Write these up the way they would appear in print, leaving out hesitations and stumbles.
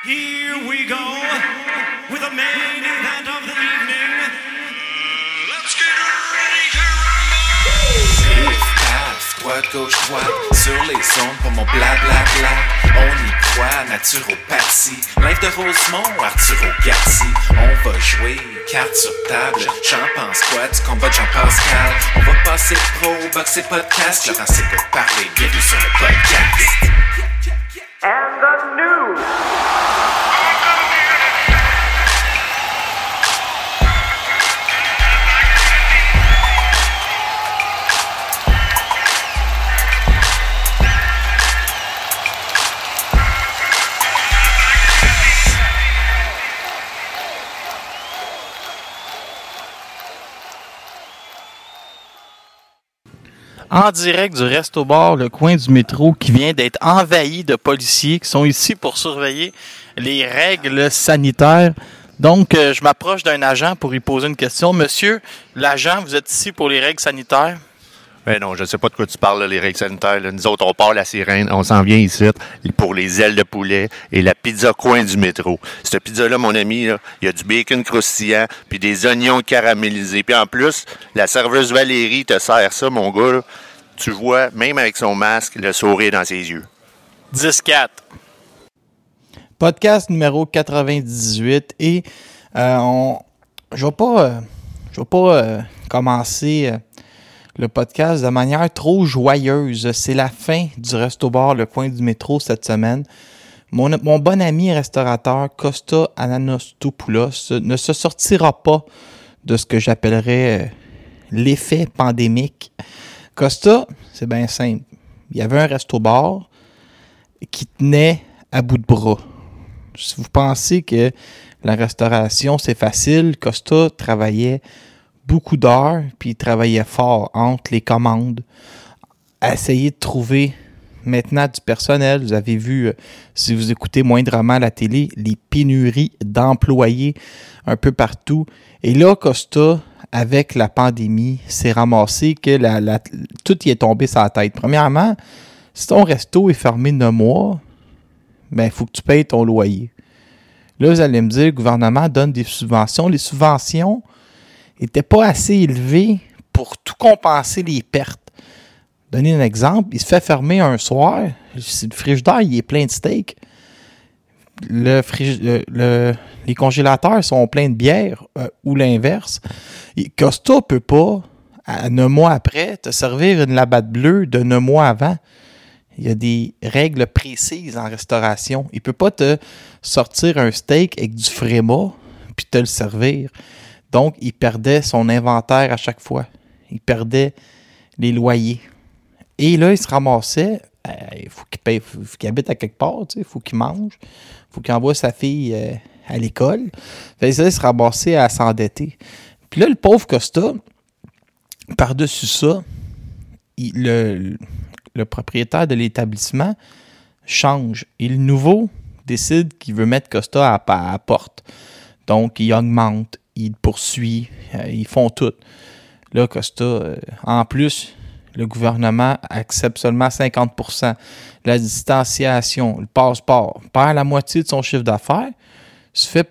Here we go with the main event of the evening. Let's get ready to rumble! Pif, paf, droite, gauche, droite, sur les ondes pour mon blablabla. On y croit, naturopathie. Live de Rosemont, Arturo Garci. On va jouer, carte sur table. J'en pense quoi du combat de Jean-Pascal? On va passer pro, boxer podcast. Laurent c'est pour parler, bienvenue sur le podcast. And the news. En direct du Resto-Bar, le coin du métro qui vient d'être envahi de policiers qui sont ici pour surveiller les règles sanitaires. Donc, je m'approche d'un agent pour lui poser une question. Monsieur, l'agent, vous êtes ici pour les règles sanitaires? Ben non, je ne sais pas de quoi tu parles, là, les règles sanitaires. Là. Nous autres, on part la sirène, on s'en vient ici pour les ailes de poulet et la pizza coin du métro. Cette pizza-là, mon ami, là, il y a du bacon croustillant puis des oignons caramélisés. Puis en plus, la serveuse Valérie te sert ça, mon gars. Là. Tu vois, même avec son masque, le sourire dans ses yeux. 10-4. Podcast numéro 98 et je vais pas commencer le podcast de manière trop joyeuse. C'est la fin du Resto-Bar, le coin du métro cette semaine. Mon bon ami restaurateur Costa Ananastopoulos ne se sortira pas de ce que j'appellerais l'effet pandémique. Costa, c'est bien simple. Il y avait un resto-bar qui tenait à bout de bras. Si vous pensez que la restauration, c'est facile, Costa travaillait beaucoup d'heures, puis il travaillait fort entre les commandes, à essayer de trouver maintenant du personnel. Vous avez vu, si vous écoutez moindrement la télé, les pénuries d'employés un peu partout. Et là, Costa, avec la pandémie, s'est ramassé que tout y est tombé sur la tête. Premièrement, si ton resto est fermé 9 mois, ben il faut que tu payes ton loyer. Là, vous allez me dire, le gouvernement donne des subventions. Les subventions n'étaient pas assez élevées pour tout compenser les pertes. Donner un exemple, il se fait fermer un soir, le frigidaire il est plein de steaks. Les congélateurs sont pleins de bière ou l'inverse. Et Costa ne peut pas, 9 mois après, te servir une labatte bleue de 9 mois avant. Il y a des règles précises en restauration. Il ne peut pas te sortir un steak avec du fréma puis te le servir. Donc, il perdait son inventaire à chaque fois. Il perdait les loyers. Et là, il se ramassait. Il faut qu'il paye, faut qu'il habite à quelque part, il faut qu'il mange. Il faut qu'il envoie sa fille à l'école. Fait que là, il se ramassait à s'endetter. Puis là, le pauvre Costa, par-dessus ça, le propriétaire de l'établissement change. Et le nouveau décide qu'il veut mettre Costa à la porte. Donc, il augmente, il poursuit, ils font tout. Là, Costa, en plus, le gouvernement accepte seulement 50%. La distanciation, le passeport, perd la moitié de son chiffre d'affaires, se fait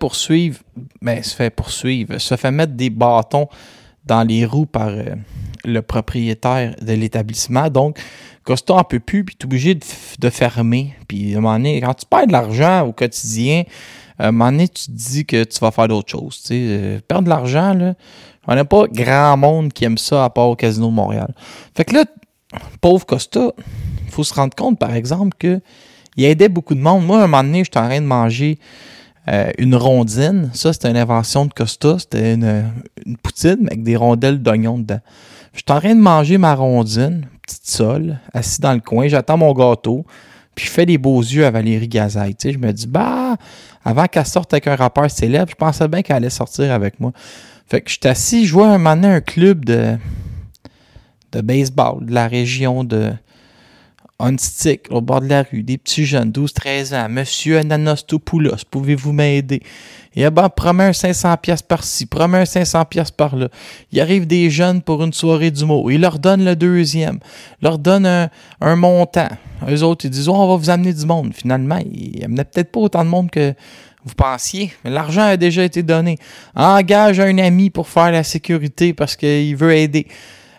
mettre des bâtons dans les roues par le propriétaire de l'établissement. Donc, Costa n'en peut plus, puis tu es obligé de fermer. Puis, à un moment donné, quand tu perds de l'argent au quotidien, à un moment donné, tu te dis que tu vas faire d'autres choses. Perdre de l'argent, là, on n'a pas grand monde qui aime ça à part au Casino de Montréal. Fait que là, pauvre Costa, il faut se rendre compte, par exemple, qu'il aidait beaucoup de monde. Moi, à un moment donné, j'étais en train de manger une rondine. Ça, c'était une invention de Costa. C'était une poutine avec des rondelles d'oignons dedans. J'étais en train de manger ma rondine, petite sole, assis dans le coin. J'attends mon gâteau. Puis je fais des beaux yeux à Valérie Gazaille. Tu sais, je me dis, avant qu'elle sorte avec un rappeur célèbre, je pensais bien qu'elle allait sortir avec moi. Fait que j'étais assis, je vois un moment donné un club de baseball de la région de on stick au bord de la rue, des petits jeunes, 12-13 ans, Monsieur Ananastopoulos, pouvez-vous m'aider? Et ben, promets un 500$ par-ci, promets un 500$ par-là. Il arrive des jeunes pour une soirée d'humour. Il leur donne le deuxième, leur donne un montant. Eux autres, ils disent, on va vous amener du monde. Finalement, ils n'amenaient peut-être pas autant de monde que vous pensiez, mais l'argent a déjà été donné. Engage un ami pour faire la sécurité parce qu'il veut aider.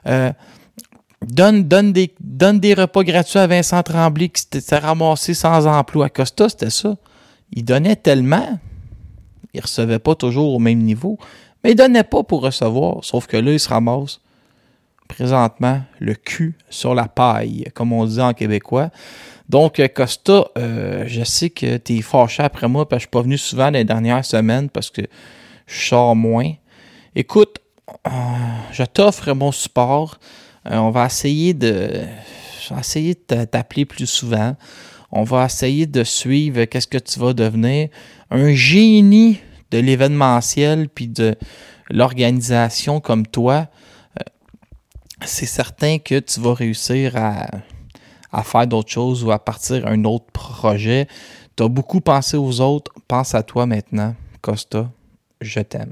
Donne des repas gratuits à Vincent Tremblay qui s'était ramassé sans emploi. À Costa, c'était ça. Il donnait tellement, il ne recevait pas toujours au même niveau, mais il ne donnait pas pour recevoir. Sauf que là, il se ramasse présentement le cul sur la paille, comme on dit en québécois. Donc, Costa, je sais que tu es fâché après moi parce que je ne suis pas venu souvent les dernières semaines parce que je sors moins. Écoute, je t'offre mon support. On va essayer de t'appeler plus souvent. On va essayer de suivre qu'est-ce que tu vas devenir. Un génie de l'événementiel puis de l'organisation comme toi. C'est certain que tu vas réussir à faire d'autres choses ou à partir un autre projet. Tu as beaucoup pensé aux autres. Pense à toi maintenant. Costa, je t'aime.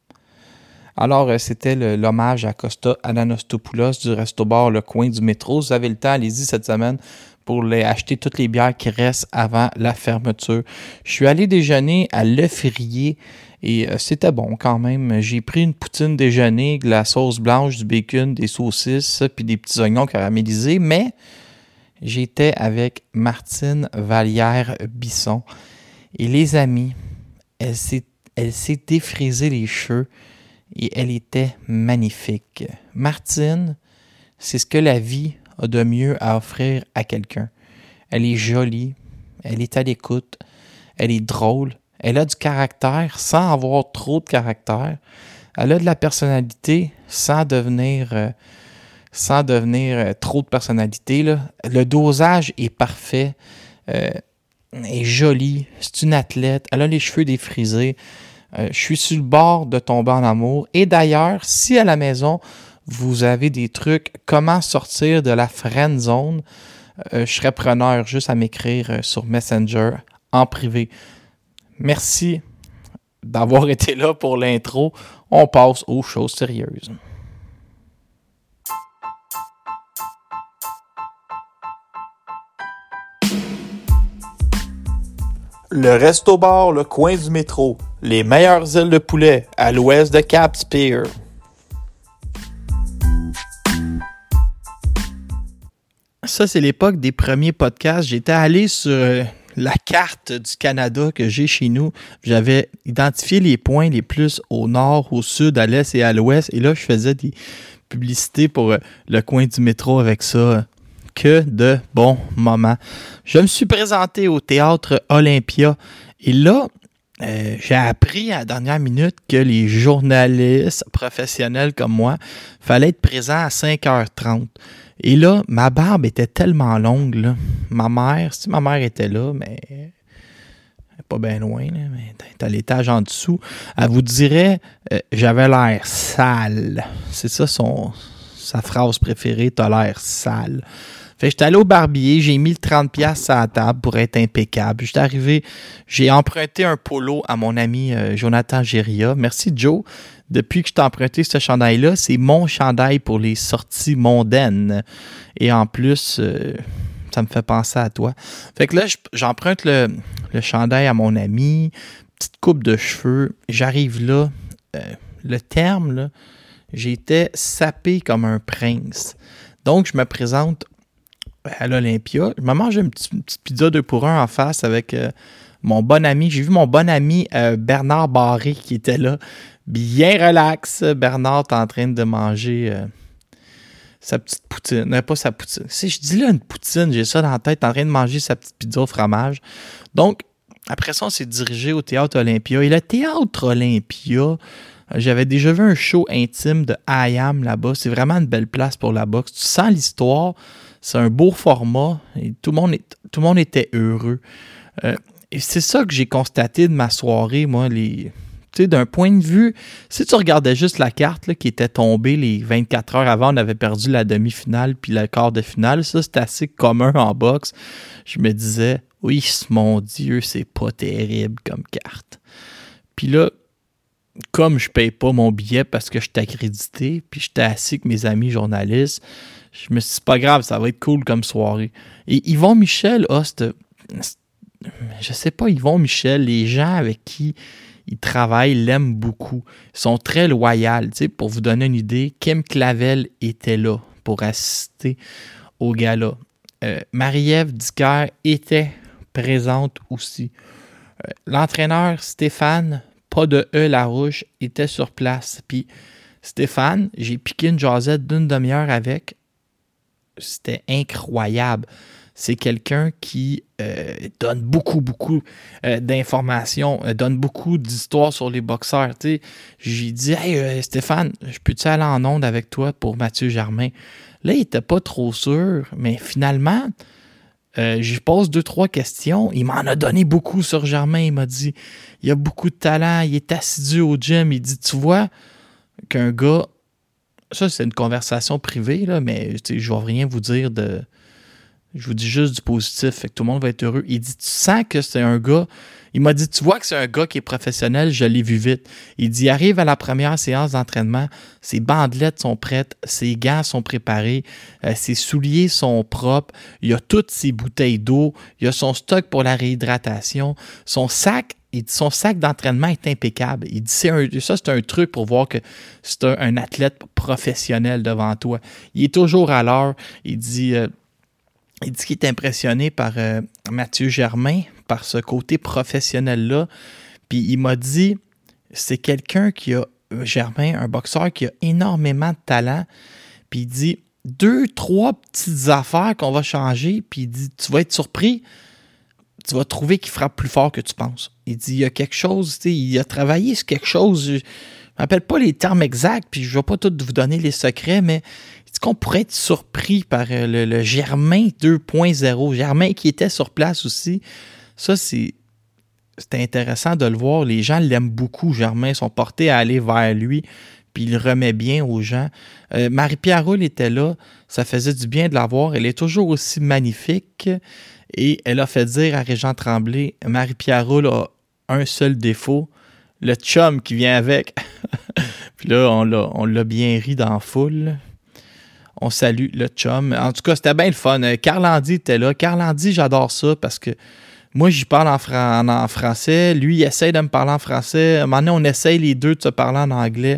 Alors, c'était l'hommage à Costa Ananastopoulos du Resto-Bar Le Coin du Métro. Vous avez le temps, allez-y cette semaine pour acheter toutes les bières qui restent avant la fermeture. Je suis allé déjeuner à Le Ferrier et c'était bon quand même. J'ai pris une poutine déjeuner, de la sauce blanche, du bacon, des saucisses puis des petits oignons caramélisés, mais j'étais avec Martine Vallière-Bisson. Et les amis, elle s'est défrisé les cheveux. Et elle était magnifique. Martine, c'est ce que la vie a de mieux à offrir à quelqu'un. Elle est jolie, elle est à l'écoute, elle est drôle, elle a du caractère sans avoir trop de caractère. Elle a de la personnalité sans devenir trop de personnalité, là. Le dosage est parfait, elle est jolie, c'est une athlète, elle a les cheveux défrisés. Je suis sur le bord de tomber en amour. Et d'ailleurs, si à la maison, vous avez des trucs, comment sortir de la friend zone, je serais preneur juste à m'écrire sur Messenger en privé. Merci d'avoir été là pour l'intro. On passe aux choses sérieuses. Le Resto-Bar Le Coin du Métro. Les meilleures ailes de poulet à l'ouest de Cap Spear. Ça, c'est l'époque des premiers podcasts. J'étais allé sur la carte du Canada que j'ai chez nous. J'avais identifié les points les plus au nord, au sud, à l'est et à l'ouest. Et là, je faisais des publicités pour le coin du métro avec ça. Que de bons moments. Je me suis présenté au Théâtre Olympia. Et là, j'ai appris à la dernière minute que les journalistes professionnels comme moi, fallait être présent à 5h30. Et là, ma barbe était tellement longue, là. Ma mère était là, mais pas bien loin, là, mais à l'étage en dessous, elle vous dirait j'avais l'air sale. C'est ça sa phrase préférée, t'as l'air sale. Fait que j'étais allé au barbier, j'ai mis le 30$ à la table pour être impeccable. J'étais arrivé, j'ai emprunté un polo à mon ami Jonathan Géria. Merci Joe. Depuis que je t'ai emprunté ce chandail-là, c'est mon chandail pour les sorties mondaines. Et en plus, ça me fait penser à toi. Fait que là, j'emprunte le chandail à mon ami, petite coupe de cheveux. J'arrive là, le terme, là, j'étais sapé comme un prince. Donc, je me présente à l'Olympia. Je me mange une petite pizza 2 pour 1 en face avec mon bon ami. J'ai vu mon bon ami Bernard Barré qui était là. Bien relax. Bernard est en train de manger sa petite poutine. Pas sa poutine. Si je dis là une poutine, j'ai ça dans la tête, en train de manger sa petite pizza au fromage. Donc, après ça, on s'est dirigé au Théâtre Olympia. Et le Théâtre Olympia, j'avais déjà vu un show intime de I Am là-bas. C'est vraiment une belle place pour la boxe. Tu sens l'histoire. C'est un beau format. Et tout le monde était heureux. Et c'est ça que j'ai constaté de ma soirée, moi, Tu sais, d'un point de vue, si tu regardais juste la carte là, qui était tombée les 24 heures avant, on avait perdu la demi-finale puis le quart de finale. Ça, c'est assez commun en boxe. Je me disais, oui, mon Dieu, c'est pas terrible comme carte. Puis là, comme je paye pas mon billet parce que je suis accrédité, puis j'étais assis avec mes amis journalistes, je me suis dit, c'est pas grave, ça va être cool comme soirée. Et Yvon Michel, je sais pas, Yvon Michel, les gens avec qui il travaille l'aiment beaucoup. Ils sont très loyaux. Tu sais, pour vous donner une idée, Kim Clavel était là pour assister au gala. Marie-Ève Dicker était présente aussi. L'entraîneur Stéphane, pas de E Larouche, était sur place. Puis Stéphane, j'ai piqué une jasette d'une demi-heure avec. C'était incroyable. C'est quelqu'un qui donne beaucoup d'informations, donne beaucoup d'histoires sur les boxeurs. Tu sais, j'ai dit, hey Stéphane, je peux-tu aller en onde avec toi pour Mathieu Germain? Là, il n'était pas trop sûr, mais finalement, je pose 2-3 questions. Il m'en a donné beaucoup sur Germain. Il m'a dit, il a beaucoup de talent, il est assidu au gym. Il dit, tu vois qu'un gars, ça c'est une conversation privée, là, mais je ne vais rien vous dire de... Je vous dis juste du positif, fait que tout le monde va être heureux. Il dit, tu sens que c'est un gars... Il m'a dit, tu vois que c'est un gars qui est professionnel, je l'ai vu vite. Il dit, il arrive à la première séance d'entraînement, ses bandelettes sont prêtes, ses gants sont préparés, ses souliers sont propres, il a toutes ses bouteilles d'eau, il a son stock pour la réhydratation, son sac d'entraînement est impeccable. Il dit, ça c'est un truc pour voir que c'est un athlète professionnel devant toi. Il est toujours à l'heure. Il dit qu'il est impressionné par Mathieu Germain, par ce côté professionnel-là. Puis il m'a dit, c'est quelqu'un qui a, Germain, un boxeur qui a énormément de talent. Puis il dit, 2-3 petites affaires qu'on va changer. Puis il dit, tu vas être surpris, tu vas trouver qu'il frappe plus fort que tu penses. Il dit, il y a quelque chose, tu sais, il a travaillé sur quelque chose. Je ne me rappelle pas les termes exacts, puis je ne vais pas tout vous donner les secrets, mais est-ce qu'on pourrait être surpris par le Germain 2.0? Germain qui était sur place aussi. Ça, c'est intéressant de le voir. Les gens l'aiment beaucoup, Germain. Ils sont portés à aller vers lui, puis il remet bien aux gens. Marie-Pierre Roule était là. Ça faisait du bien de la voir. Elle est toujours aussi magnifique. Et elle a fait dire à Régent Tremblay, Marie-Pierre Roule a un seul défaut, le chum qui vient avec. Puis là, on l'a bien ri dans la foule. On salue le chum. En tout cas, c'était bien le fun. Carl Andy était là. Carl Andy, j'adore ça parce que moi, j'y parle en français. Lui, il essaye de me parler en français. À un moment donné, on essaye les deux de se parler en anglais.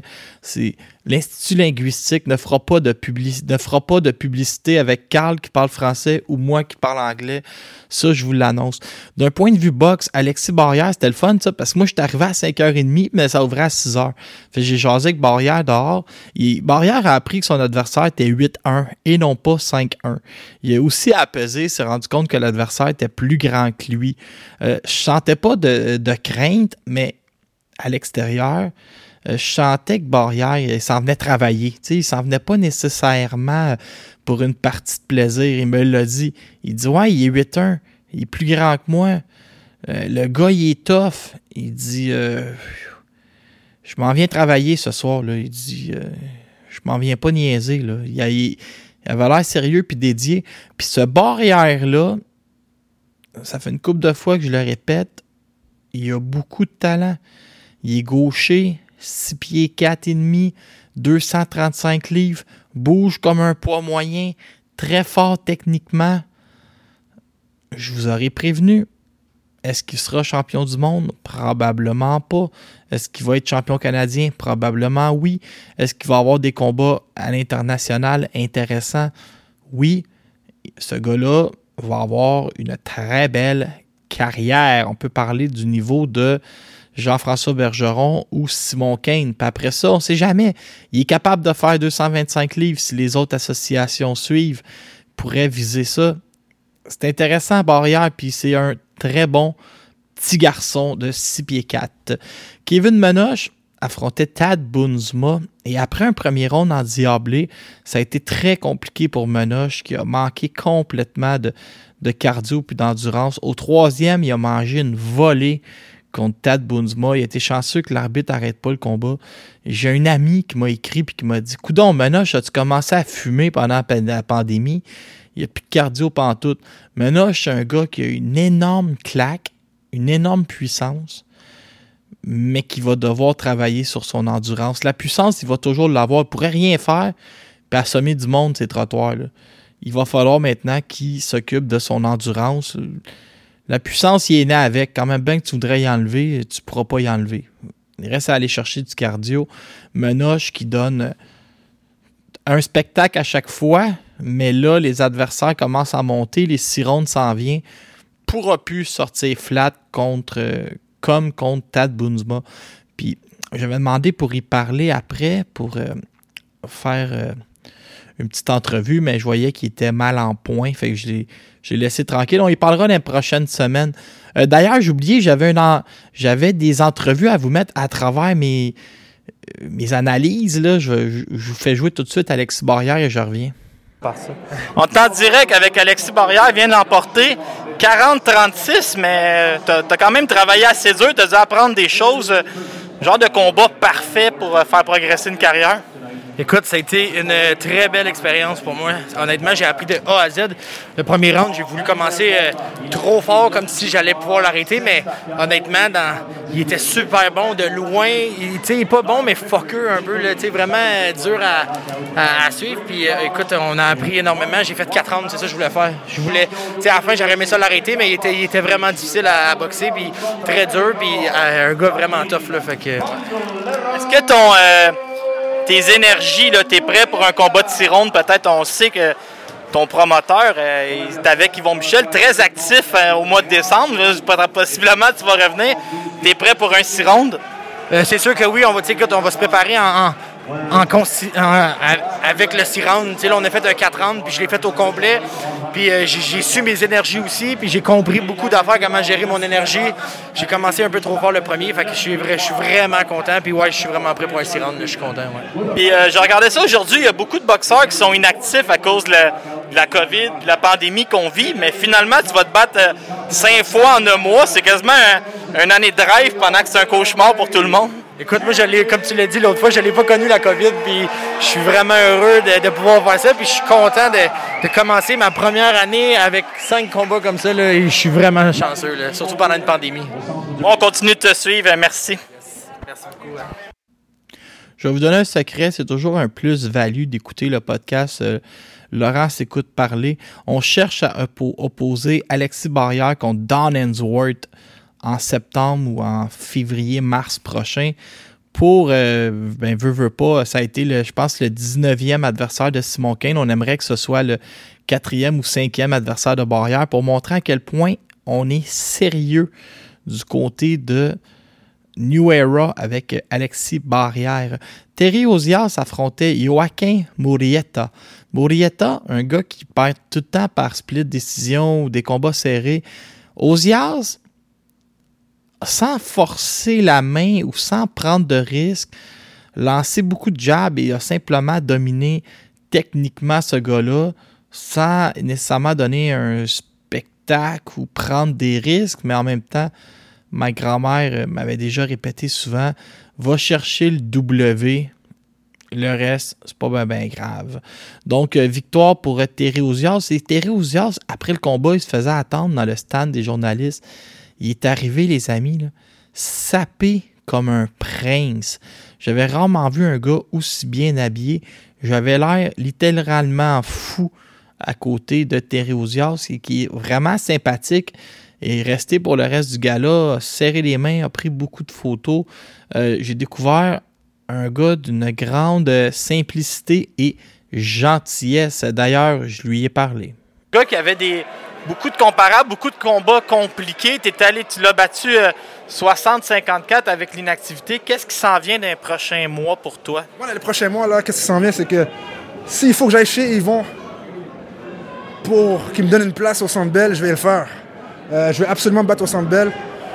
L'Institut linguistique ne fera pas de publicité avec Carl qui parle français ou moi qui parle anglais. Ça, je vous l'annonce. D'un point de vue boxe, Alexis Barrière, c'était le fun, ça, parce que moi, je suis arrivé à 5h30, mais ça ouvrait à 6h. Fait que j'ai jasé avec Barrière dehors. Barrière a appris que son adversaire était 8-1 et non pas 5-1. Il a aussi apaisé, s'est rendu compte que l'adversaire était plus grand que lui. Je sentais pas de crainte, mais à l'extérieur, je sentais que Barrière, il s'en venait travailler. Tu sais, il s'en venait pas nécessairement pour une partie de plaisir. Il me l'a dit. Il dit, ouais, il est 8-1. Il est plus grand que moi. Le gars, il est tough. Il dit, je m'en viens travailler ce soir. Là. Il dit, je m'en viens pas niaiser. Là. Il avait l'air sérieux puis dédié. Puis ce Barrière-là, ça fait une couple de fois que je le répète, il a beaucoup de talent. Il est gaucher, 6 pieds 4,5, 235 livres, bouge comme un poids moyen, très fort techniquement. Je vous aurais prévenu. Est-ce qu'il sera champion du monde? Probablement pas. Est-ce qu'il va être champion canadien? Probablement oui. Est-ce qu'il va avoir des combats à l'international intéressants? Oui. Ce gars-là va avoir une très belle carrière. On peut parler du niveau de Jean-François Bergeron ou Simon Kane. Puis après ça, on ne sait jamais. Il est capable de faire 225 livres si les autres associations suivent. Il pourrait viser ça. C'est intéressant, Barrière, puis c'est un très bon petit garçon de 6 pieds 4. Kevin Menoche affrontait Tad Boonsma et après un premier round en diablé, ça a été très compliqué pour Menoche qui a manqué complètement de cardio puis d'endurance. Au troisième, il a mangé une volée contre Tad Boonsma. Il a été chanceux que l'arbitre n'arrête pas le combat. Et j'ai un ami qui m'a écrit et qui m'a dit « Coudon, Menoche, as-tu commencé à fumer pendant la pandémie? Il n'y a plus de cardio pantoute. » Menoche, c'est un gars qui a une énorme claque, une énorme puissance, mais qui va devoir travailler sur son endurance. La puissance, il va toujours l'avoir. Il ne pourrait rien faire puis assommer du monde, ces trottoirs. Là. Il va falloir maintenant qu'il s'occupe de son endurance. La puissance, il est né avec. Quand même bien que tu voudrais y enlever, tu ne pourras pas y enlever. Il reste à aller chercher du cardio. Menoche qui donne un spectacle à chaque fois, mais là, les adversaires commencent à monter. Les 6 rondes s'en viennent. Pourra plus sortir flat comme contre Tad Boonsma. Puis, j'avais demandé pour y parler après, pour faire une petite entrevue, mais je voyais qu'il était mal en point, fait que j'ai laissé tranquille. On y parlera dans les prochaines semaines. D'ailleurs, j'ai oublié, j'avais des entrevues à vous mettre à travers mes analyses. Là. Je vous fais jouer tout de suite Alexis Barrière et je reviens. On est en direct avec Alexis Barrière, il vient de l'emporter 40-36, mais t'as quand même travaillé assez dur, t'as dû apprendre des choses, genre de combat parfait pour faire progresser une carrière. Écoute, ça a été une très belle expérience pour moi. Honnêtement, j'ai appris de A à Z. Le premier round, j'ai voulu commencer trop fort, comme si j'allais pouvoir l'arrêter, mais honnêtement, il était super bon de loin. Il est pas bon, mais fucker un peu, là, vraiment dur à suivre. Puis écoute, on a appris énormément. J'ai fait 4 rounds, c'est ça que je voulais faire. À la fin, j'aurais aimé ça l'arrêter, mais il était vraiment difficile à boxer, puis très dur, puis un gars vraiment tough, là. Fait que... Est-ce que tes énergies, t'es prêt pour un combat de 6 rondes? Peut-être, on sait que ton promoteur est avec Yvon Michel, très actif au mois de décembre. Possiblement, tu vas revenir. T'es prêt pour un 6 rondes? C'est sûr que oui, on va se préparer avec le 6 rounds. Là, on a fait un 4 rounds, puis je l'ai fait au complet. Puis j'ai su mes énergies aussi, puis j'ai compris beaucoup d'affaires, comment gérer mon énergie. J'ai commencé un peu trop fort le premier, fait que je suis vraiment content. Puis ouais, je suis vraiment prêt pour un 6 rounds, je suis content. Ouais. Puis j'ai regardé ça aujourd'hui, il y a beaucoup de boxeurs qui sont inactifs à cause de la COVID, de la pandémie qu'on vit, mais finalement, tu vas te battre 5 fois en un mois. C'est quasiment une année de rêve pendant que c'est un cauchemar pour tout le monde. Écoute, moi, comme tu l'as dit l'autre fois, je n'ai pas connu la COVID, puis je suis vraiment heureux de pouvoir faire ça, puis je suis content de commencer ma première année avec 5 combats comme ça, là, et je suis vraiment chanceux, là, surtout pendant une pandémie. Bon, on continue de te suivre, merci. Merci beaucoup. Hein. Je vais vous donner un secret, c'est toujours un plus-value d'écouter le podcast Laurent s'écoute parler. On cherche à opposer Alexis Barrière contre Don Hensworth en septembre ou en février-mars prochain pour, veut pas, ça a été, je pense, le 19e adversaire de Simon Kane. On aimerait que ce soit le 4e ou 5e adversaire de Barrière pour montrer à quel point on est sérieux du côté de New Era avec Alexis Barrière. Terry Ozias affrontait Joaquin Murrieta. Murrieta, un gars qui perd tout le temps par split décision ou des combats serrés. Ozias, sans forcer la main ou sans prendre de risques, lancer beaucoup de jabs et a simplement dominé techniquement ce gars-là sans nécessairement donner un spectacle ou prendre des risques, mais en même temps, ma grand-mère m'avait déjà répété souvent, va chercher le W, le reste, c'est pas bien grave. Donc, victoire pour Terry Ozias. Et Terry Ozias, après le combat, il se faisait attendre dans le stand des journalistes. Il est arrivé, les amis, là, sapé comme un prince. J'avais rarement vu un gars aussi bien habillé. J'avais l'air littéralement fou à côté de Terry Ozias, qui est vraiment sympathique. Et est resté pour le reste du gala, a serré les mains, a pris beaucoup de photos. J'ai découvert un gars d'une grande simplicité et gentillesse. D'ailleurs, je lui ai parlé. Un gars qui avait beaucoup de comparables, beaucoup de combats compliqués. Tu l'as battu 60-54 avec l'inactivité. Qu'est-ce qui s'en vient dans les prochains mois pour toi? Moi, dans les prochains mois, là, qu'est-ce qui s'en vient, c'est que s'il faut que j'aille chez Yvon pour qu'il me donne une place au Centre Bell, je vais le faire. Je vais absolument me battre au Centre Bell.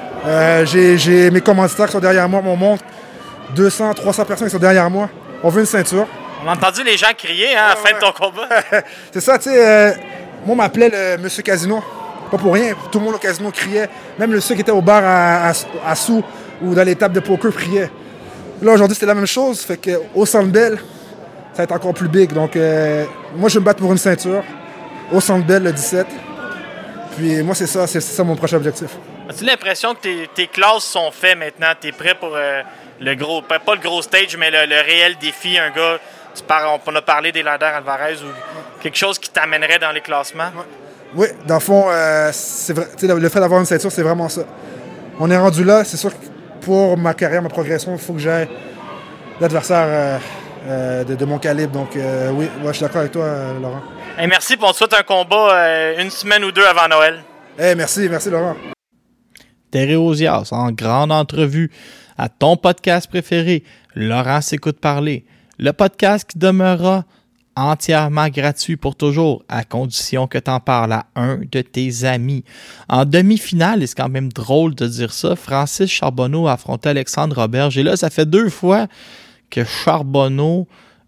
J'ai mes commanditaires qui sont derrière moi, mon montre. 200, 300 personnes qui sont derrière moi. On veut une ceinture. On a entendu les gens crier à la fin de ton combat. C'est ça, tu sais. Moi, on m'appelait le Monsieur Casino. Pas pour rien, tout le monde au casino criait. Même ceux qui étaient au bar à sous ou dans les tables de poker criaient. Là, aujourd'hui, c'était la même chose. Fait qu'au Centre Bell, ça va être encore plus big. Donc, moi, je vais me battre pour une ceinture au Centre Bell le 17. Puis moi, c'est ça mon prochain objectif. As-tu l'impression que tes classes sont faites maintenant? Tu es prêt pour le gros, pas le gros stage, mais le réel défi? Un gars, on a parlé d'Elander Alvarez ou quelque chose qui t'amènerait dans les classements? Oui, dans le fond, c'est vrai, le fait d'avoir une ceinture, c'est vraiment ça. On est rendu là, c'est sûr que pour ma carrière, ma progression, il faut que j'aie l'adversaire de mon calibre. Donc oui, je suis d'accord avec toi, Laurent. Hey, merci, puis on te souhaite un combat une semaine ou deux avant Noël. Hey, merci Laurent. Terry Ozias, en grande entrevue à ton podcast préféré, Laurent s'écoute parler. Le podcast qui demeurera entièrement gratuit pour toujours, à condition que tu en parles à un de tes amis. En demi-finale, et c'est quand même drôle de dire ça, Francis Charbonneau a affronté Alexandre Roberge. Et là, ça fait 2 fois que Charbonneau,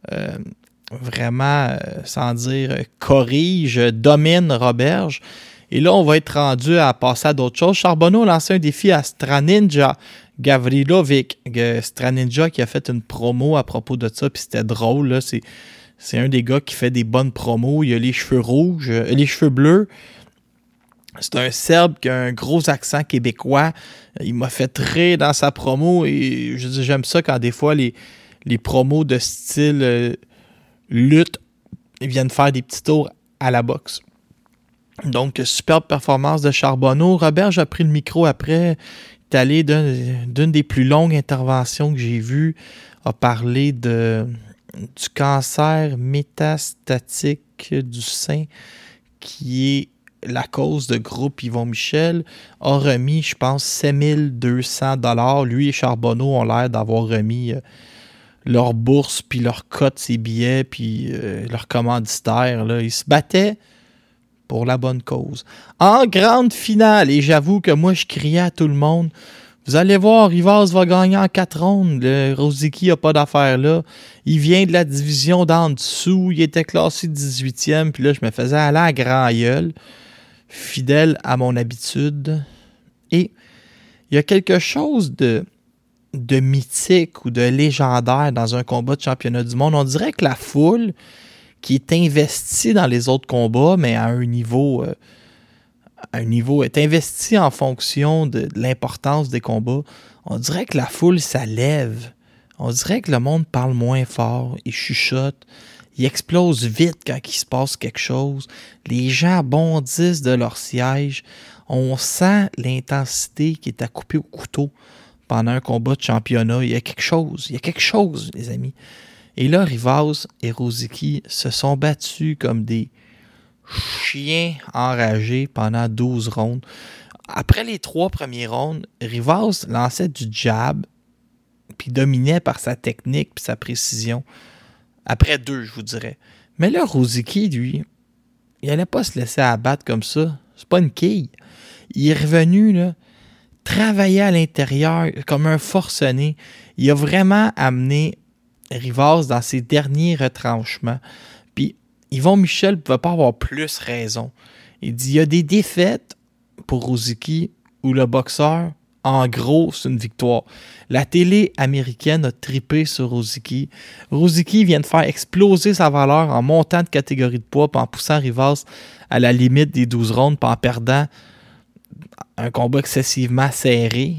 vraiment, sans dire corrige, domine Roberge. Et là, on va être rendu à passer à d'autres choses. Charbonneau a lancé un défi à Straninja Gavrilovic. Straninja qui a fait une promo à propos de ça, puis c'était drôle, là. C'est un des gars qui fait des bonnes promos. Il a les cheveux rouges, les cheveux bleus. C'est un Serbe qui a un gros accent québécois. Il m'a fait rire dans sa promo et j'aime ça quand des fois les promos de style lutte viennent faire des petits tours à la boxe. Donc, superbe performance de Charbonneau. Roberge a pris le micro après. Il est allé d'une des plus longues interventions que j'ai vues. A parlé du cancer métastatique du sein qui est la cause de groupe Yvon Michel. A remis, je pense, 7200 $. Lui et Charbonneau ont l'air d'avoir remis leur bourse, puis leur cote, ses billets, puis leur commanditaire. Là. Ils se battaient pour la bonne cause. En grande finale, et j'avoue que moi, je criais à tout le monde, vous allez voir, Rivas va gagner en 4 rondes. Le Rosicky n'a pas d'affaire là. Il vient de la division d'en dessous. Il était classé 18e. Puis là, je me faisais aller à grand gueule, fidèle à mon habitude. Et il y a quelque chose de mythique ou de légendaire dans un combat de championnat du monde. On dirait que la foule qui est investie dans les autres combats, mais à un niveau est investi en fonction de l'importance des combats. On dirait que la foule, ça lève. On dirait que le monde parle moins fort, il chuchote, il explose vite quand il se passe quelque chose. Les gens bondissent de leur siège. On sent l'intensité qui est à couper au couteau pendant un combat de championnat. Il y a quelque chose, les amis. Et là, Rivas et Rosicky se sont battus comme des chiens enragés pendant 12 rondes. Après les 3 premiers rondes, Rivas lançait du jab, puis dominait par sa technique puis sa précision. Après 2, je vous dirais. Mais là, Rosicky, lui, il n'allait pas se laisser abattre comme ça. C'est pas une quille. Il est revenu, là, travailler à l'intérieur comme un forcené. Il a vraiment amené Rivas dans ses derniers retranchements. Puis Yvon Michel ne pouvait pas avoir plus raison. Il dit, il y a des défaites pour Rosicky où le boxeur, en gros, c'est une victoire. La télé américaine a trippé sur Rosicky. Rosicky vient de faire exploser sa valeur en montant de catégorie de poids puis en poussant Rivas à la limite des 12 rondes puis en perdant un combat excessivement serré.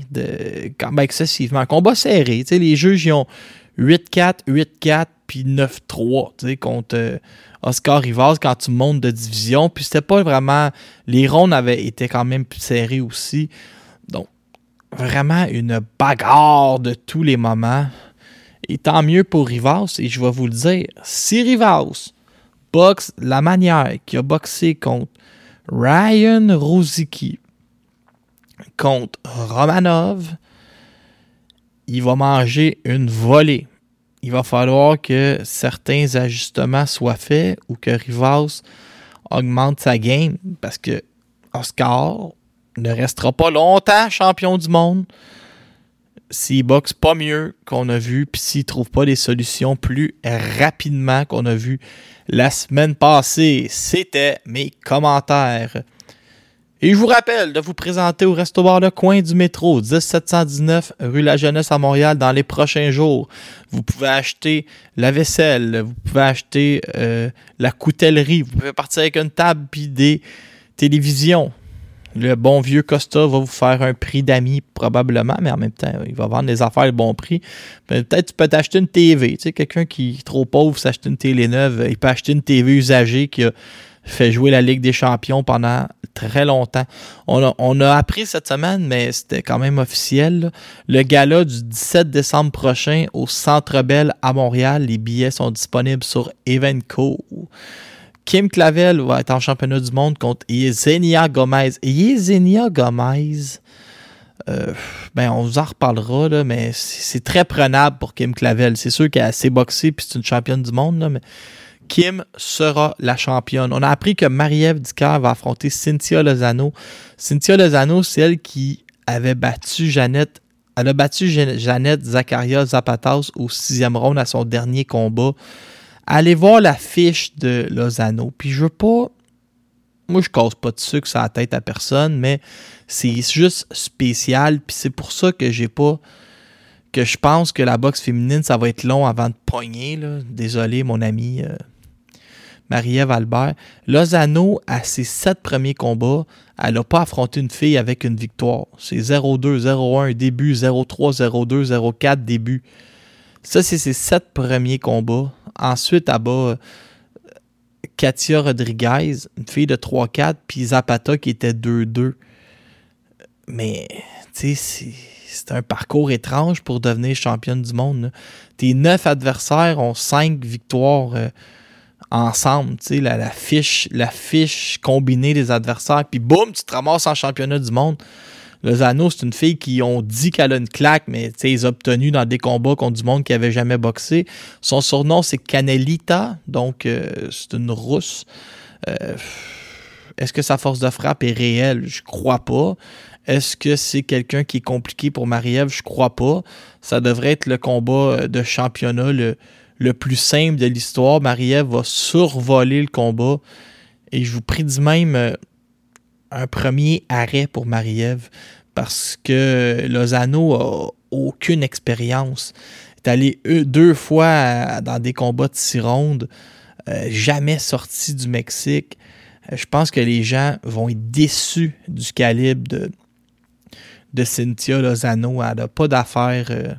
Un combat serré. T'sais, les juges, ils ont 8-4, 8-4, puis 9-3, contre Oscar Rivas quand tu montes de division. Puis c'était pas vraiment... Les rondes étaient quand même plus serrés aussi. Donc, vraiment une bagarre de tous les moments. Et tant mieux pour Rivas. Et je vais vous le dire, si Rivas boxe la manière qu'il a boxé contre Ryan Rosicky, contre Romanov, il va manger une volée. Il va falloir que certains ajustements soient faits ou que Rivas augmente sa game parce que Oscar ne restera pas longtemps champion du monde s'il boxe pas mieux qu'on a vu puis s'il ne trouve pas des solutions plus rapidement qu'on a vu la semaine passée. C'était mes commentaires. Et je vous rappelle de vous présenter au Resto-Bar Le Coin du métro, 10719 rue La Jeunesse à Montréal dans les prochains jours. Vous pouvez acheter la vaisselle, vous pouvez acheter la coutellerie, vous pouvez partir avec une table puis des télévisions. Le bon vieux Costa va vous faire un prix d'amis probablement, mais en même temps, il va vendre des affaires à bon prix. Peut-être tu peux t'acheter une TV. Tu sais, quelqu'un qui est trop pauvre s'acheter une télé neuve, il peut acheter une TV usagée qui a fait jouer la Ligue des Champions pendant très longtemps. On a appris cette semaine, mais c'était quand même officiel, là. Le gala du 17 décembre prochain au Centre Bell à Montréal. Les billets sont disponibles sur Evenco. Kim Clavel va être en championnat du monde contre Yesenia Gomez. Yesenia Gomez, on vous en reparlera, là, mais c'est très prenable pour Kim Clavel. C'est sûr qu'elle a assez boxé puis c'est une championne du monde, là, mais Kim sera la championne. On a appris que Marie-Ève Dicker va affronter Cynthia Lozano. Cynthia Lozano, c'est elle qui avait battu Jeannette. Elle a battu Jeannette Zakaria Zapatas au 6e round à son dernier combat. Allez voir la fiche de Lozano. Puis je veux pas... Moi, je casse pas de sucre sur la tête à personne, mais c'est juste spécial. Puis c'est pour ça que j'ai pas... que je pense que la boxe féminine, ça va être long avant de pogner, là. Désolé, mon ami Marie-Ève Albert. Lozano, à ses 7 premiers combats, elle n'a pas affronté une fille avec une victoire. C'est 0-2, 0-1 début, 0-3, 0-2, 0-4 début. Ça, c'est ses 7 premiers combats. Ensuite, elle bat Katia Rodriguez, une fille de 3-4, puis Zapata qui était 2-2. Mais, tu sais, c'est un parcours étrange pour devenir championne du monde, là. Tes 9 adversaires ont 5 victoires ensemble. Tu sais, la fiche combinée des adversaires, puis boum, tu te ramasses en championnat du monde. Lozano, c'est une fille qui ont dit qu'elle a une claque, mais ils ont obtenu dans des combats contre du monde qui n'avait jamais boxé. Son surnom, c'est Canelita, donc c'est une Rousse. Est-ce que sa force de frappe est réelle? Je crois pas. Est-ce que c'est quelqu'un qui est compliqué pour Marie-Ève? Je crois pas. Ça devrait être le combat de championnat le plus simple de l'histoire. Marie-Ève va survoler le combat. Et je vous prédis même un premier arrêt pour Marie-Ève parce que Lozano a aucune expérience. Elle est allée 2 fois dans des combats de 6 rondes. Jamais sorti du Mexique. Je pense que les gens vont être déçus du calibre de Cynthia Lozano. Elle n'a pas d'affaires.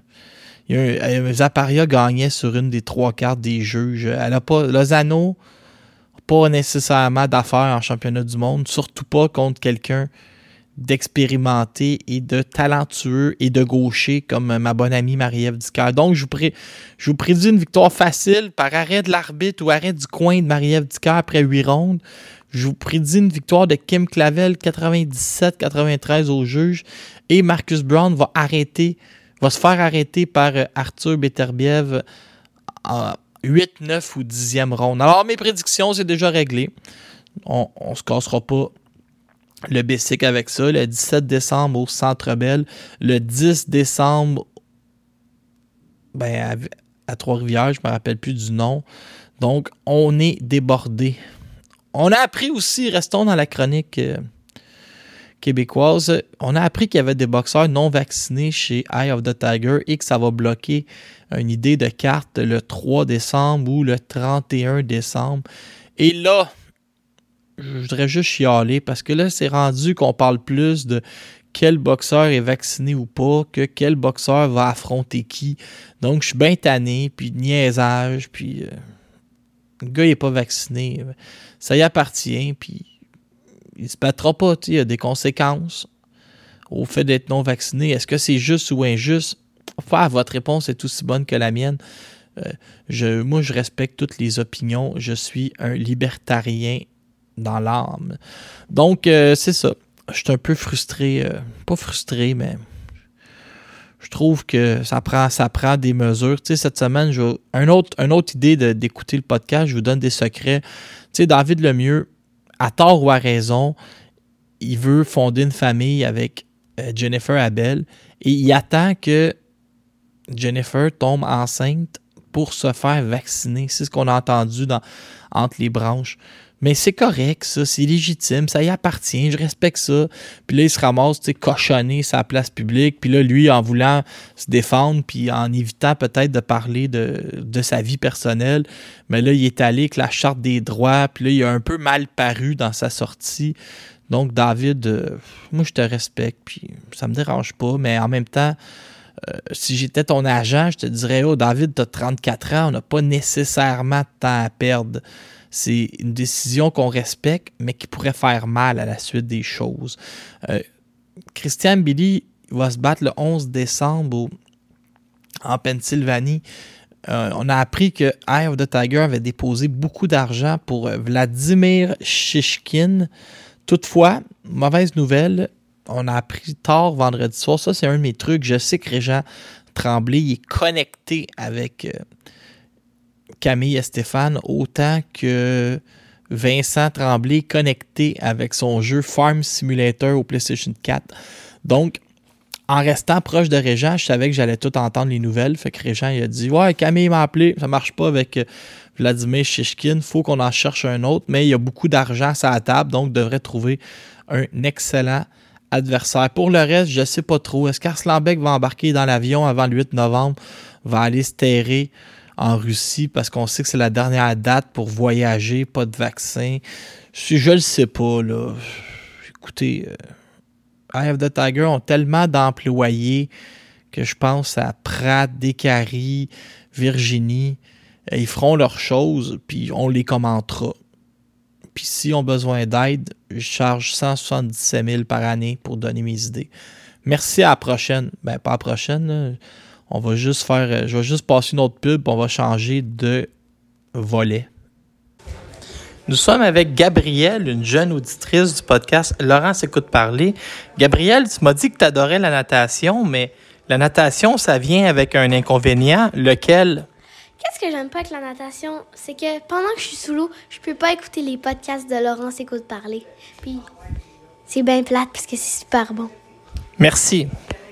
Zaparia gagnait sur une des 3 cartes des juges. Lozano n'a pas nécessairement d'affaires en championnat du monde, surtout pas contre quelqu'un d'expérimenté et de talentueux et de gaucher comme ma bonne amie Marie-Ève Dicker. Donc, je vous prédis une victoire facile par arrêt de l'arbitre ou arrêt du coin de Marie-Ève Dicker après 8 rondes. Je vous prédis une victoire de Kim Clavel 97-93 au juge et Marcus Brown va se faire arrêter par Arthur Beterbiev en 8, 9 ou 10e ronde. Alors, mes prédictions, c'est déjà réglé. On se cassera pas le basic avec ça. Le 17 décembre au Centre Bell. Le 10 décembre à Trois-Rivières, je ne me rappelle plus du nom. Donc, on est débordé. On a appris aussi, restons dans la chronique québécoise, on a appris qu'il y avait des boxeurs non vaccinés chez Eye of the Tiger et que ça va bloquer une idée de carte le 3 décembre ou le 31 décembre. Et là, je voudrais juste chialer parce que là, c'est rendu qu'on parle plus de quel boxeur est vacciné ou pas que quel boxeur va affronter qui. Donc, je suis bien tanné, puis niaisage, puis le gars, il n'est pas vacciné. Ça y appartient, puis il ne se battra pas. Il y a des conséquences au fait d'être non vacciné. Est-ce que c'est juste ou injuste? Votre réponse est aussi bonne que la mienne. Moi, je respecte toutes les opinions. Je suis un libertarien dans l'âme. Donc, c'est ça. Je suis un peu frustré. Pas frustré, mais je trouve que ça prend des mesures. Tu sais, cette semaine, j'ai une autre idée d'écouter le podcast. Je vous donne des secrets. Tu sais, David Lemieux, à tort ou à raison, il veut fonder une famille avec Jennifer Abel et il attend que Jennifer tombe enceinte pour se faire vacciner. C'est ce qu'on a entendu entre les branches. Mais c'est correct, ça, c'est légitime, ça y appartient, je respecte ça. Puis là, il se ramasse, tu sais, cochonné sa place publique. Puis là, lui, en voulant se défendre, puis en évitant peut-être de parler de sa vie personnelle, mais là, il est allé avec la charte des droits, puis là, il a un peu mal paru dans sa sortie. Donc, David, moi, je te respecte, puis ça me dérange pas, mais en même temps, si j'étais ton agent, je te dirais, oh, David, t'as 34 ans, on n'a pas nécessairement de temps à perdre. C'est une décision qu'on respecte, mais qui pourrait faire mal à la suite des choses. Christian Billy va se battre le 11 décembre en Pennsylvanie. On a appris que Eye of the Tiger avait déposé beaucoup d'argent pour Vladimir Shishkin. Toutefois, mauvaise nouvelle, on a appris tard vendredi soir. Ça, c'est un de mes trucs. Je sais que Régent Tremblay il est connecté avec Camille et Stéphane, autant que Vincent Tremblay est connecté avec son jeu Farm Simulator au PlayStation 4. Donc, en restant proche de Régent, je savais que j'allais tout entendre les nouvelles. Fait que Régent il a dit « Ouais, Camille m'a appelé, ça marche pas avec Vladimir Shishkin, faut qu'on en cherche un autre, mais il y a beaucoup d'argent sur la table, donc devrait trouver un excellent adversaire. Pour le reste, je ne sais pas trop. Est-ce qu'Arslanbek va embarquer dans l'avion avant le 8 novembre, va aller se terrer en Russie parce qu'on sait que c'est la dernière date pour voyager, pas de vaccin? Je le sais pas, là. Écoutez, Eye of the Tiger ont tellement d'employés que je pense à Pratt, Descaries, Virginie. Ils feront leurs choses, puis on les commentera. Puis s'ils ont besoin d'aide, je charge 177 000 par année pour donner mes idées. Merci, à la prochaine. Ben, pas à la prochaine, là. On va juste faire... je vais juste passer une autre pub, puis on va changer de volet. Nous sommes avec Gabrielle, une jeune auditrice du podcast Laurent s'écoute parler. Gabrielle, tu m'as dit que tu adorais la natation, mais la natation, ça vient avec un inconvénient, lequel... Qu'est-ce que j'aime pas avec la natation, c'est que pendant que je suis sous l'eau, je peux pas écouter les podcasts de Laurent s'écoute parler. Puis c'est bien plate parce que c'est super bon. Merci.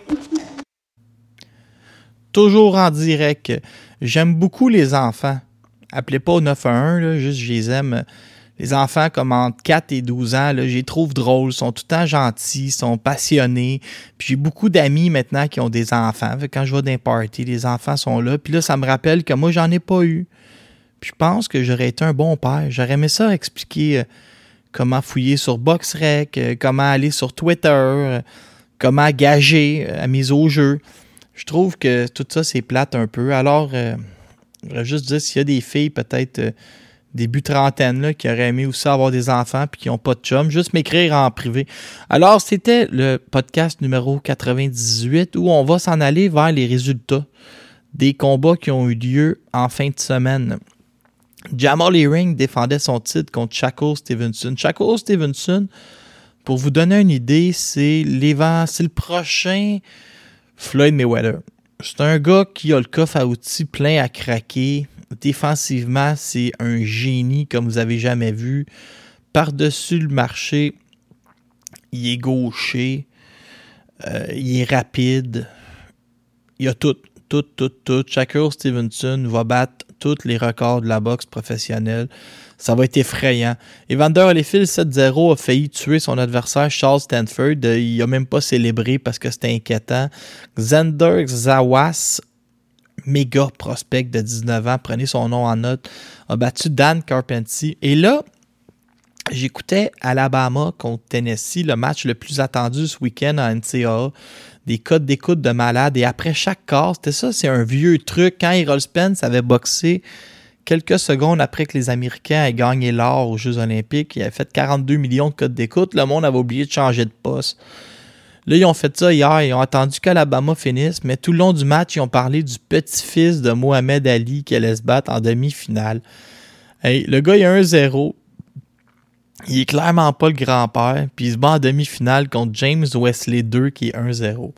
Toujours en direct. J'aime beaucoup les enfants. Appelez pas au 911, là, juste je les aime. Les enfants comme entre 4 et 12 ans, là, je les trouve drôles, sont tout le temps gentils, sont passionnés. Puis j'ai beaucoup d'amis maintenant qui ont des enfants. Fait que quand je vais dans un party, les enfants sont là. Puis là, ça me rappelle que moi, j'en ai pas eu. Puis je pense que j'aurais été un bon père. J'aurais aimé ça expliquer comment fouiller sur BoxRec, comment aller sur Twitter, comment gager à mise au jeu. Je trouve que tout ça, c'est plate un peu. Alors, je voudrais juste dire s'il y a des filles peut-être... début trentaine, là, qui auraient aimé aussi avoir des enfants puis qui n'ont pas de chum, juste m'écrire en privé. Alors, c'était le podcast numéro 98 où on va s'en aller vers les résultats des combats qui ont eu lieu en fin de semaine. Jamal Herring défendait son titre contre Shakur Stevenson. Shakur Stevenson, pour vous donner une idée, c'est le prochain Floyd Mayweather. C'est un gars qui a le coffre à outils plein à craquer. Défensivement, c'est un génie comme vous avez jamais vu. Par-dessus le marché, il est gaucher, il est rapide. Il a tout. Shakur Stevenson va battre tous les records de la boxe professionnelle. Ça va être effrayant. Evander Holyfield 7-0 a failli tuer son adversaire Charles Stanford. Il n'a même pas célébré parce que c'était inquiétant. Xander Zawas, méga prospect de 19 ans, prenez son nom en note, a battu Dan Carpentier. Et là, j'écoutais Alabama contre Tennessee, le match le plus attendu ce week-end en NCAA. Des codes d'écoute de malade. Et après chaque quart, c'était ça, c'est un vieux truc. Quand Errol Spence avait boxé quelques secondes après que les Américains aient gagné l'or aux Jeux olympiques, il avait fait 42 millions de codes d'écoute, le monde avait oublié de changer de poste. Là, ils ont fait ça hier, ils ont attendu qu'Alabama finisse, mais tout le long du match, ils ont parlé du petit-fils de Mohamed Ali qui allait se battre en demi-finale. Hey, le gars, il a 1-0. Il est clairement pas le grand-père, puis il se bat en demi-finale contre James Wesley II qui est 1-0.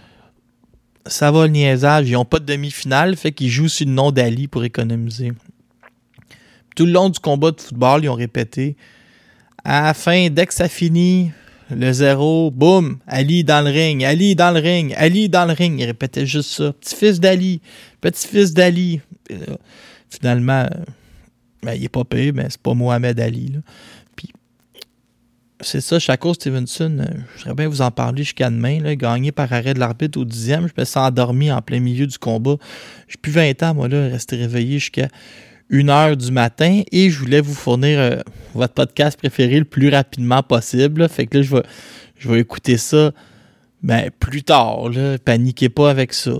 Ça va le niaisage, ils n'ont pas de demi-finale, fait qu'ils jouent sur le nom d'Ali pour économiser. Tout le long du combat de football, ils ont répété. À la fin, dès que ça finit, le 0, boum, Ali dans le ring, Ali dans le ring, Ali dans le ring. Ils répétaient juste ça. Petit-fils d'Ali, petit-fils d'Ali. Finalement, Ben, il est pas pire, mais c'est pas Mohamed Ali. Là. Puis, c'est ça, Shakur Stevenson, je voudrais bien vous en parler jusqu'à demain. Là, gagné par arrêt de l'arbitre au 10e. Je me suis endormi en plein milieu du combat. J'ai plus 20 ans, moi, là, rester réveillé jusqu'à 1h du matin. Et je voulais vous fournir votre podcast préféré le plus rapidement possible. Là. Fait que là, je vais écouter ça plus tard. Là. Paniquez pas avec ça.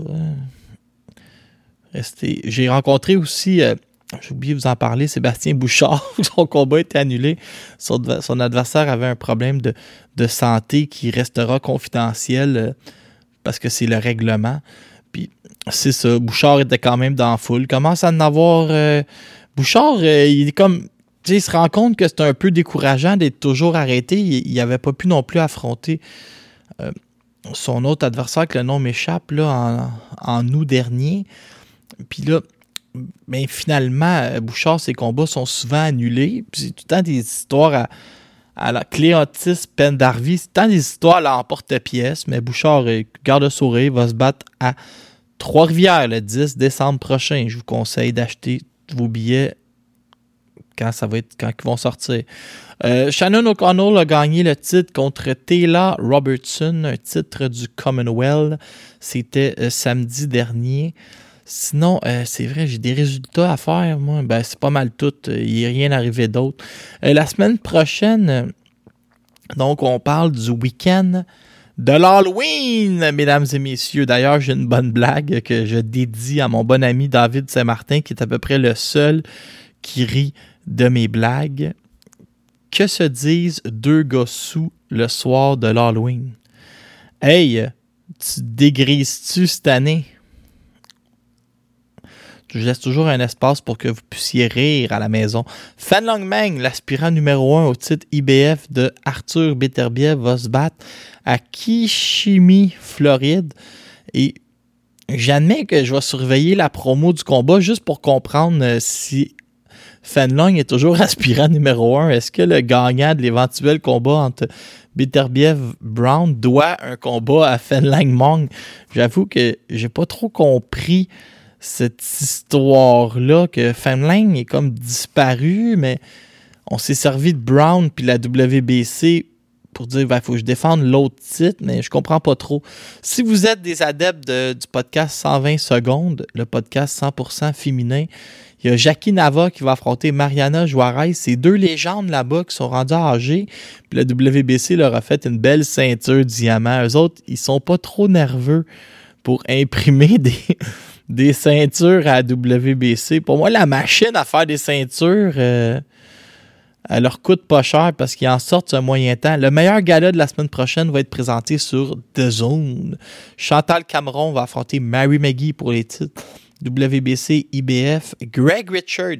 J'ai rencontré aussi, j'ai oublié de vous en parler, Sébastien Bouchard. Son combat a été annulé. Son adversaire avait un problème de santé qui restera confidentiel parce que c'est le règlement. Puis c'est ça, Bouchard était quand même dans la foule. Commence à en avoir... Bouchard, il est comme... il se rend compte que c'est un peu décourageant d'être toujours arrêté. Il n'avait pas pu non plus affronter son autre adversaire, que le nom m'échappe, là, en août dernier. Puis là, finalement, Bouchard, ses combats sont souvent annulés. Puis c'est tout le temps des histoires à la Cléotis Pendarvis. C'est tout le temps des histoires à l'emporte-pièce. Mais Bouchard garde le sourire, va se battre à Trois-Rivières le 10 décembre prochain. Je vous conseille d'acheter vos billets quand ils vont sortir. Shannon O'Connell a gagné le titre contre Taylor Robertson, un titre du Commonwealth. C'était samedi dernier. Sinon, c'est vrai, j'ai des résultats à faire, moi. C'est pas mal tout. Il n'est rien arrivé d'autre. La semaine prochaine, donc, on parle du week-end de l'Halloween, mesdames et messieurs. D'ailleurs, j'ai une bonne blague que je dédie à mon bon ami David Saint-Martin, qui est à peu près le seul qui rit de mes blagues. Que se disent deux gars sous le soir de l'Halloween? Hey, tu dégrises-tu cette année? Je laisse toujours un espace pour que vous puissiez rire à la maison. Fan Longmeng, l'aspirant numéro 1 au titre IBF de Arthur Beterbiev, va se battre à Kissimmee, Floride. Et j'admets que je vais surveiller la promo du combat juste pour comprendre si Fanlong est toujours aspirant numéro 1. Est-ce que le gagnant de l'éventuel combat entre Beterbiev-Brown doit un combat à Fanlang Mong? J'avoue que j'ai pas trop compris cette histoire-là, que Fanlang est comme disparu, mais on s'est servi de Brown puis la WBC pour dire il faut que je défende l'autre titre, mais je comprends pas trop. Si vous êtes des adeptes du podcast 120 secondes, le podcast 100% féminin, il y a Jackie Nava qui va affronter Mariana Juarez. C'est deux légendes là-bas qui sont rendues âgées. Puis la WBC leur a fait une belle ceinture diamant. Eux autres, ils sont pas trop nerveux pour imprimer des ceintures à la WBC. Pour moi, la machine à faire des ceintures, elle leur coûte pas cher parce qu'ils en sortent un moyen temps. Le meilleur gala de la semaine prochaine va être présenté sur The Zone. Chantal Cameron va affronter Mary McGee pour les titres WBC, IBF. Greg Richard,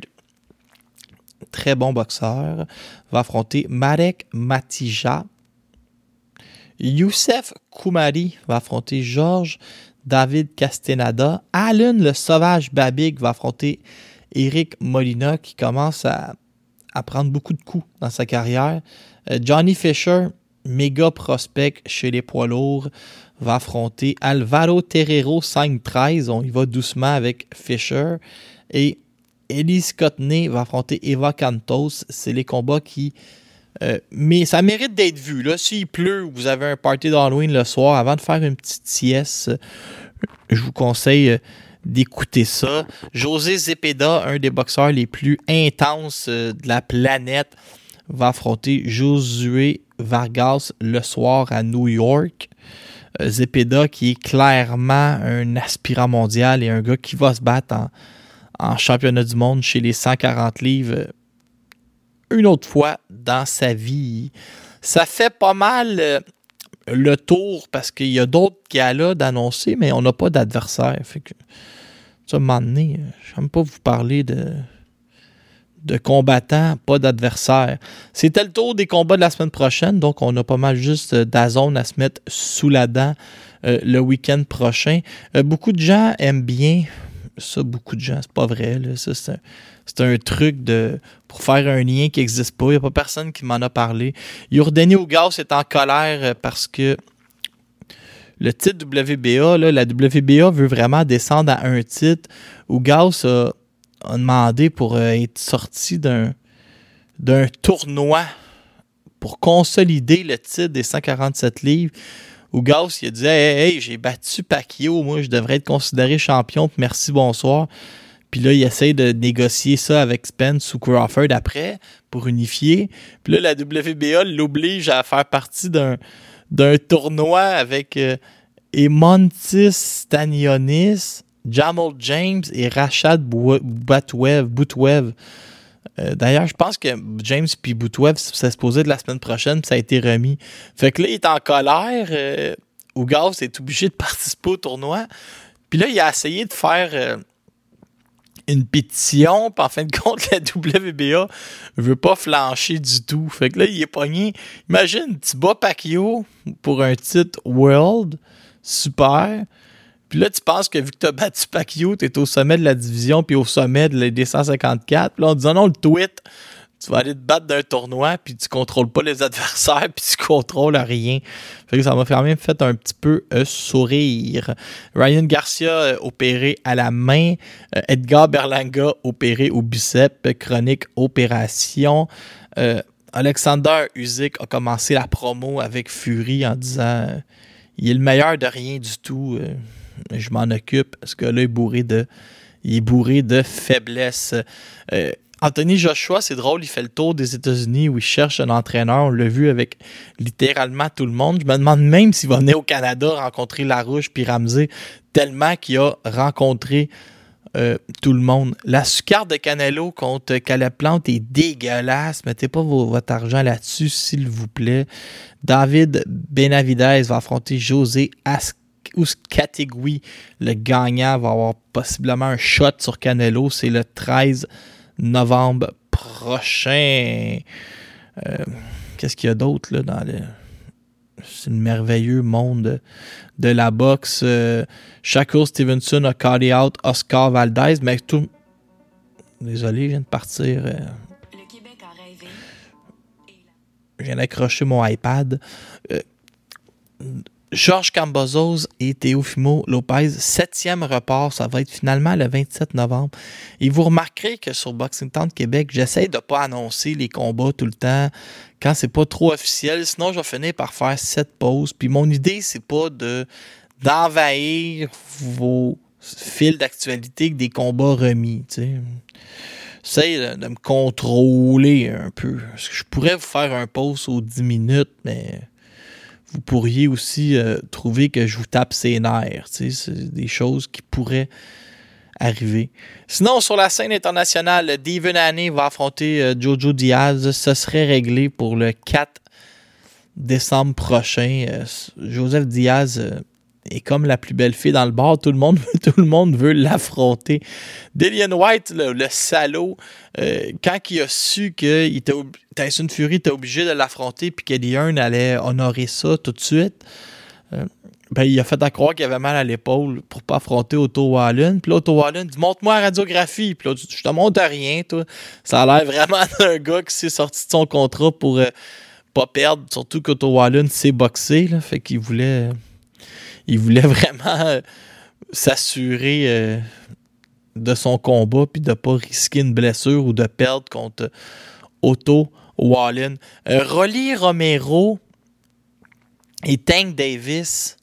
très bon boxeur, va affronter Marek Matija. Youssef Koumari va affronter Georges David Castaneda. Allen, le sauvage Babig, va affronter Eric Molina, qui commence à prendre beaucoup de coups dans sa carrière. Johnny Fisher, méga prospect chez les poids lourds, va affronter Alvaro Terrero 5-13. On y va doucement avec Fisher. Et Elise Cotney va affronter Eva Cantos. C'est les combats qui... mais ça mérite d'être vu. Là, s'il pleut ou vous avez un party d'Halloween le soir, avant de faire une petite sieste, je vous conseille d'écouter ça. José Zepeda, un des boxeurs les plus intenses de la planète, va affronter Josué Vargas le soir à New York. Zepeda, qui est clairement un aspirant mondial et un gars qui va se battre en championnat du monde chez les 140 livres une autre fois dans sa vie. Ça fait pas mal le tour parce qu'il y a d'autres galas d'annoncer, mais on n'a pas d'adversaire. Fait que, à un moment donné, je n'aime pas vous parler de combattants, pas d'adversaires. C'était le tour des combats de la semaine prochaine, donc on a pas mal juste d'Azone à se mettre sous la dent le week-end prochain. Beaucoup de gens aiment bien ça, beaucoup de gens, c'est pas vrai, là, ça c'est un truc pour faire un lien qui n'existe pas. Il n'y a pas personne qui m'en a parlé. Yordani Ougas est en colère parce que le titre WBA, là, la WBA veut vraiment descendre à un titre. Ougas a demandé pour être sorti d'un tournoi pour consolider le titre des 147 livres. Ugas, il a dit hey, j'ai battu Pacquiao, moi je devrais être considéré champion, puis merci, bonsoir. Puis là, il essaie de négocier ça avec Spence ou Crawford après pour unifier. Puis là, la WBA l'oblige à faire partie d'un tournoi avec Emontis Stanionis, Jamal James et Rashad Boutwev. D'ailleurs, je pense que James puis Boutwev, ça se posait de la semaine prochaine, puis ça a été remis. Fait que là, il est en colère. Ugas est obligé de participer au tournoi. Puis là, il a essayé de faire une pétition, puis en fin de compte, la WBA veut pas flancher du tout. Fait que là, il est pogné. Imagine, tu bats Pacquiao pour un titre World, super. Puis là, tu penses que vu que tu as battu Pacquiao, tu es au sommet de la division puis au sommet des 154. Puis là, on dit non, le tweet, tu vas aller te battre d'un tournoi puis tu contrôles pas les adversaires puis tu contrôles rien. Fait que ça m'a quand même fait un petit peu sourire. Ryan Garcia opéré à la main. Edgar Berlanga opéré au biceps. Chronique opération. Alexander Usyk a commencé la promo avec Fury en disant il est le meilleur de rien du tout. Je m'en occupe. Ce gars-là il est bourré de faiblesse. Anthony Joshua, c'est drôle, il fait le tour des États-Unis où il cherche un entraîneur. On l'a vu avec littéralement tout le monde. Je me demande même s'il va venir au Canada rencontrer Larouche puis Ramsey, tellement qu'il a rencontré tout le monde. La sucarde de Canelo contre Caleb Plant est dégueulasse. Mettez pas votre argent là-dessus, s'il vous plaît. David Benavidez va affronter José Ouscategui. Le gagnant va avoir possiblement un shot sur Canelo. C'est le 13 novembre prochain. Qu'est-ce qu'il y a d'autre là dans c'est le merveilleux monde de la boxe. Shakur Stevenson a callé out Oscar Valdez, mais tout. Désolé, je viens de partir. Le Québec a rêvé. Je viens d'accrocher mon iPad. Georges Kambosos et Teofimo Lopez, 7e report, ça va être finalement le 27 novembre. Et vous remarquerez que sur Boxing Town Québec, j'essaie de ne pas annoncer les combats tout le temps quand c'est pas trop officiel, sinon je vais finir par faire 7 pauses. Puis mon idée, c'est pas d'envahir vos fils d'actualité avec des combats remis, tu sais. J'essaie de me contrôler un peu. Parce que je pourrais vous faire un pause aux 10 minutes, mais vous pourriez aussi trouver que je vous tape ses nerfs. C'est des choses qui pourraient arriver. Sinon, sur la scène internationale, Devin Haney va affronter Jojo Diaz. Ce serait réglé pour le 4 décembre prochain. Joseph Diaz est comme la plus belle fille dans le bar. Tout le monde veut l'affronter. Dillian Whyte, le salaud, quand il a su que Tyson Fury était obligé de l'affronter puis qu'Eddie Hearn allait honorer ça tout de suite, il a fait à croire qu'il avait mal à l'épaule pour pas affronter Otto Wallin. Puis là, Otto Wallin dit « Montre-moi la radiographie. » Puis là, je te montre rien, toi. Ça a l'air vraiment d'un gars qui s'est sorti de son contrat pour pas perdre. Surtout qu'Otto Wallin s'est boxé. Là, fait qu'il voulait vraiment s'assurer de son combat puis de ne pas risquer une blessure ou de perdre contre Otto Wallin. Rolly Romero et Tank Davis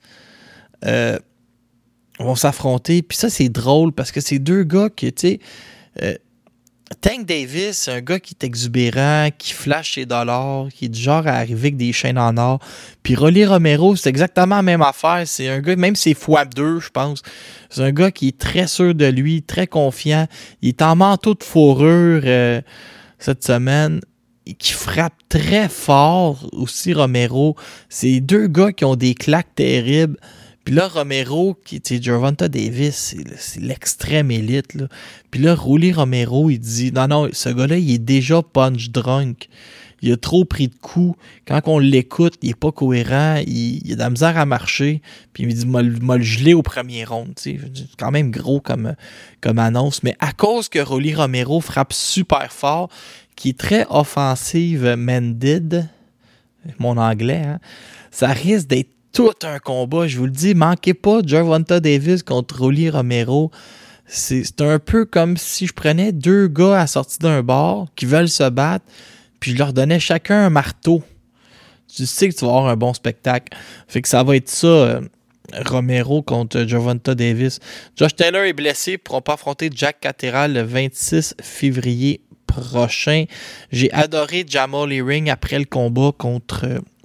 vont s'affronter. Puis ça, c'est drôle parce que c'est deux gars qui, tu sais... Tank Davis, c'est un gars qui est exubérant, qui flash ses dollars, qui est du genre à arriver avec des chaînes en or. Puis Rolly Romero, c'est exactement la même affaire. C'est un gars, même si c'est x2, je pense. C'est un gars qui est très sûr de lui, très confiant. Il est en manteau de fourrure cette semaine. Et qui frappe très fort aussi, Romero. C'est deux gars qui ont des claques terribles. Puis là, Romero, qui est Gervonta Davis, c'est l'extrême élite. Là. Puis là, Rolly Romero, il dit non, ce gars-là, il est déjà punch drunk. Il a trop pris de coups. Quand on l'écoute, il est pas cohérent. Il a de la misère à marcher. Puis il me dit m'a le gelé au premier round. C'est quand même gros comme annonce. Mais à cause que Rolly Romero frappe super fort, qui est très offensive-minded, mon anglais, hein, ça risque d'être tout un combat, je vous le dis, manquez pas Gervonta Davis contre Rolly Romero. C'est un peu comme si je prenais 2 gars à la sortie d'un bar qui veulent se battre, puis je leur donnais chacun un marteau. Tu sais que tu vas avoir un bon spectacle. Fait que ça va être ça, Romero contre Gervonta Davis. Josh Taylor est blessé, ils ne pourront pas affronter Jack Catterall le 26 février prochain. J'ai adoré Jamal Herring après le combat contre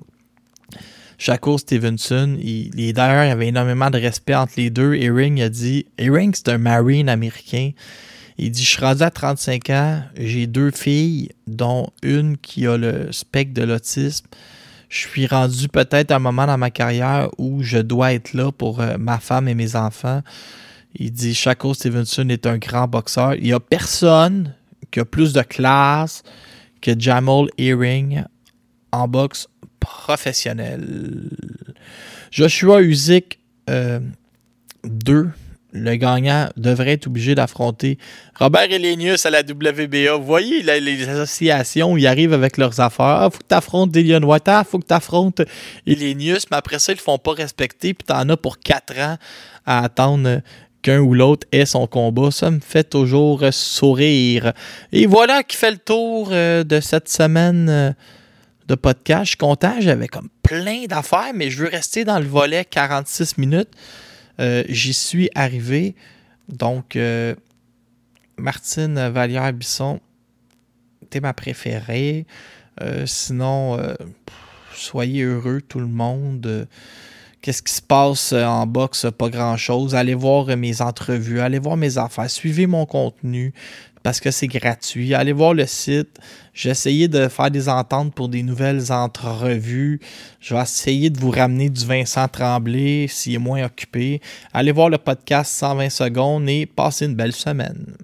Shakur Stevenson. D'ailleurs, il y avait énormément de respect entre les deux. Herring a dit... Herring, c'est un Marine américain. Il dit, je suis rendu à 35 ans, j'ai 2 filles, dont une qui a le spectre de l'autisme. Je suis rendu peut-être à un moment dans ma carrière où je dois être là pour ma femme et mes enfants. Il dit, Shakur Stevenson est un grand boxeur. Il n'y a personne qui a plus de classe que Jamal Herring en boxe professionnel. Joshua Usyk 2, le gagnant devrait être obligé d'affronter Robert Helenius à la WBA. Vous voyez les associations, ils arrivent avec leurs affaires. Ah, faut que tu affrontes Dillian Whyte, faut que tu affrontes Helenius, mais après ça, ils le font pas respecter, puis t'en as pour 4 ans à attendre qu'un ou l'autre ait son combat. Ça me fait toujours sourire. Et voilà qui fait le tour de cette semaine de podcast. Je suis content, j'avais comme plein d'affaires, mais je veux rester dans le volet 46 minutes. J'y suis arrivé. Donc, Martine Vallière-Bisson, t'es ma préférée. Sinon, soyez heureux tout le monde. Qu'est-ce qui se passe en boxe? Pas grand-chose. Allez voir mes entrevues, allez voir mes affaires, suivez mon contenu parce que c'est gratuit. Allez voir le site. J'ai essayé de faire des ententes pour des nouvelles entrevues. Je vais essayer de vous ramener du Vincent Tremblay s'il est moins occupé. Allez voir le podcast 120 secondes et passez une belle semaine.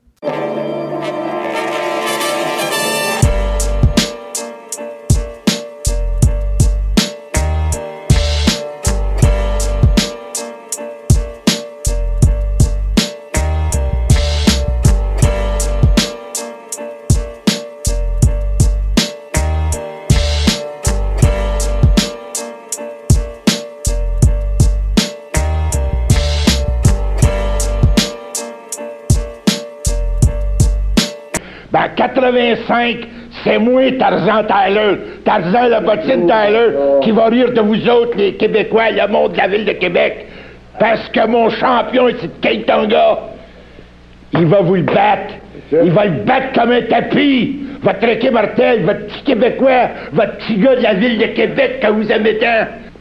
Ben, 85, c'est moi, Tarzan Tyler. Tarzan, la bottine Tyler, qui va rire de vous autres, les Québécois, le monde de la ville de Québec. Parce que mon champion, c'est Keitonga. Il va vous le battre. Il va le battre comme un tapis. Votre Ricky Martel, votre petit Québécois, votre petit gars de la ville de Québec que vous aimez tant.